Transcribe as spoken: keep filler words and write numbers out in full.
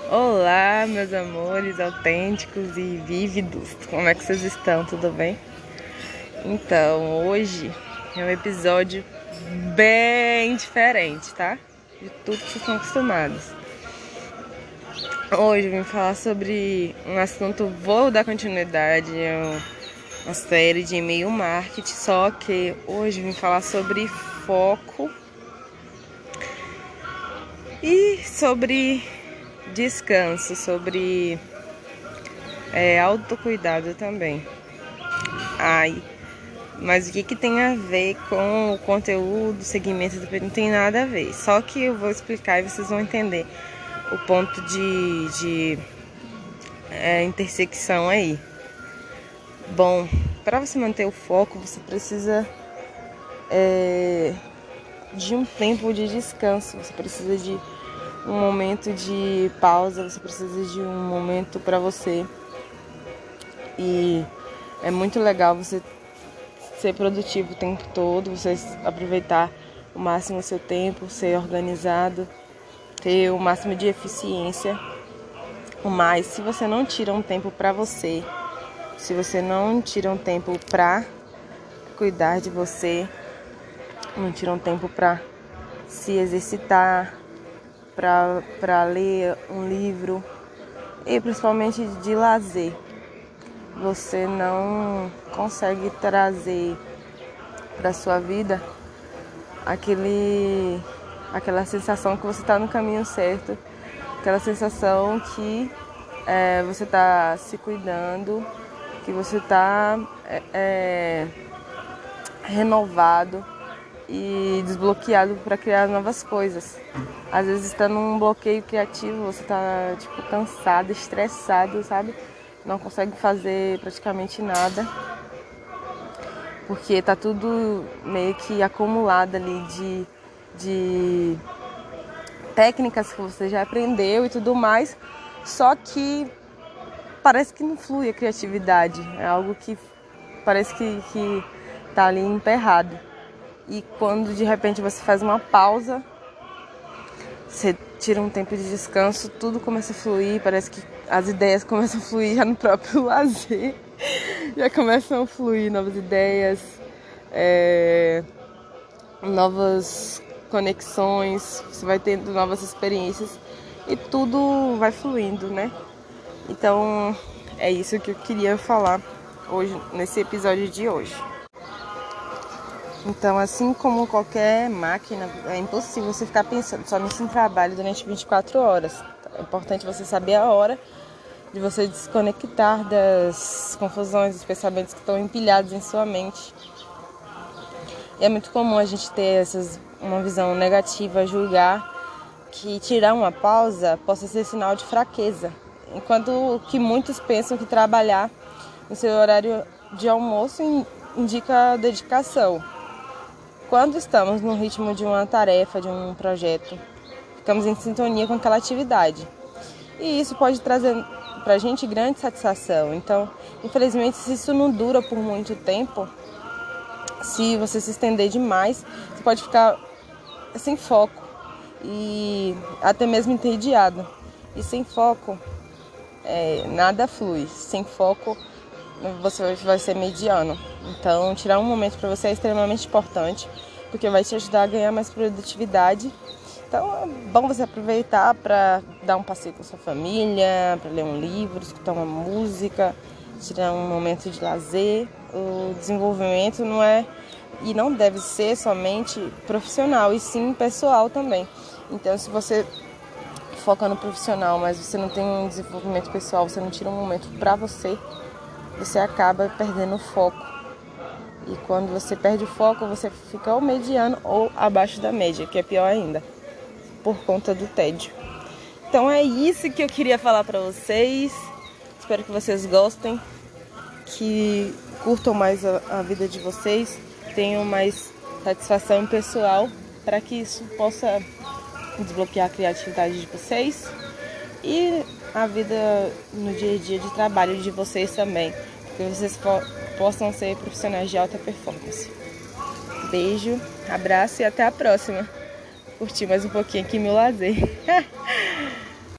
Olá, meus amores autênticos e vívidos, como é que vocês estão? Tudo bem? Então, hoje é um episódio bem diferente, tá? De tudo que vocês estão acostumados. Hoje eu vim falar sobre um assunto, vou dar continuidade a uma série de e-mail marketing, só que hoje eu vim falar sobre foco e sobre descanso, sobre é, autocuidado também. Ai, mas o que, que tem a ver com o conteúdo, o segmento do não tem nada a ver. Só que eu vou explicar e vocês vão entender o ponto de, de é, intersecção aí. Bom, para você manter o foco, você precisa é, de um tempo de descanso, você precisa de um momento de pausa, você precisa de um momento para você. E é muito legal você ser produtivo o tempo todo, você aproveitar o máximo o seu tempo, ser organizado, ter o máximo de eficiência. Mas se você não tira um tempo para você, se você não tira um tempo para cuidar de você, não tira um tempo para se exercitar, para ler um livro e principalmente de lazer, você não consegue trazer para sua vida aquele, aquela sensação que você está no caminho certo, aquela sensação que é, você está se cuidando, que você está é, é, renovado e desbloqueado para criar novas coisas. Às vezes está num bloqueio criativo, você está tipo, cansado, estressado, sabe? Não consegue fazer praticamente nada, porque tá tudo meio que acumulado ali de, de técnicas que você já aprendeu e tudo mais, só que parece que não flui a criatividade, é algo que parece que, que tá ali emperrado. E quando de repente você faz uma pausa, você tira um tempo de descanso, tudo começa a fluir, parece que as ideias começam a fluir já no próprio lazer, já começam a fluir novas ideias, é, novas conexões, você vai tendo novas experiências e tudo vai fluindo, né? Então é isso que eu queria falar hoje, nesse episódio de hoje. Então, assim como qualquer máquina, é impossível você ficar pensando somente em trabalho durante vinte e quatro horas. É importante você saber a hora de você desconectar das confusões, dos pensamentos que estão empilhados em sua mente. E é muito comum a gente ter essas, uma visão negativa, julgar que tirar uma pausa possa ser sinal de fraqueza, enquanto que muitos pensam que trabalhar no seu horário de almoço indica dedicação. Quando estamos no ritmo de uma tarefa, de um projeto, ficamos em sintonia com aquela atividade. E isso pode trazer para a gente grande satisfação. Então, infelizmente, se isso não dura por muito tempo, se você se estender demais, você pode ficar sem foco e até mesmo entediado. E sem foco, é, nada flui. Sem foco, você vai ser mediano. Então, tirar um momento para você é extremamente importante, porque vai te ajudar a ganhar mais produtividade. Então, é bom você aproveitar para dar um passeio com sua família, para ler um livro, escutar uma música, tirar um momento de lazer. O desenvolvimento não é e não deve ser somente profissional, e sim pessoal também. Então, se você foca no profissional, mas você não tem um desenvolvimento pessoal, você não tira um momento para você, você acaba perdendo o foco. E quando você perde o foco, você fica ou mediano ou abaixo da média, que é pior ainda, por conta do tédio. Então é isso que eu queria falar para vocês. Espero que vocês gostem, que curtam mais a, a vida de vocês, tenham mais satisfação pessoal, para que isso possa desbloquear a criatividade de vocês e a vida no dia a dia de trabalho de vocês também, que vocês po- possam ser profissionais de alta performance. Beijo, abraço e até a próxima. Curti mais um pouquinho aqui meu lazer.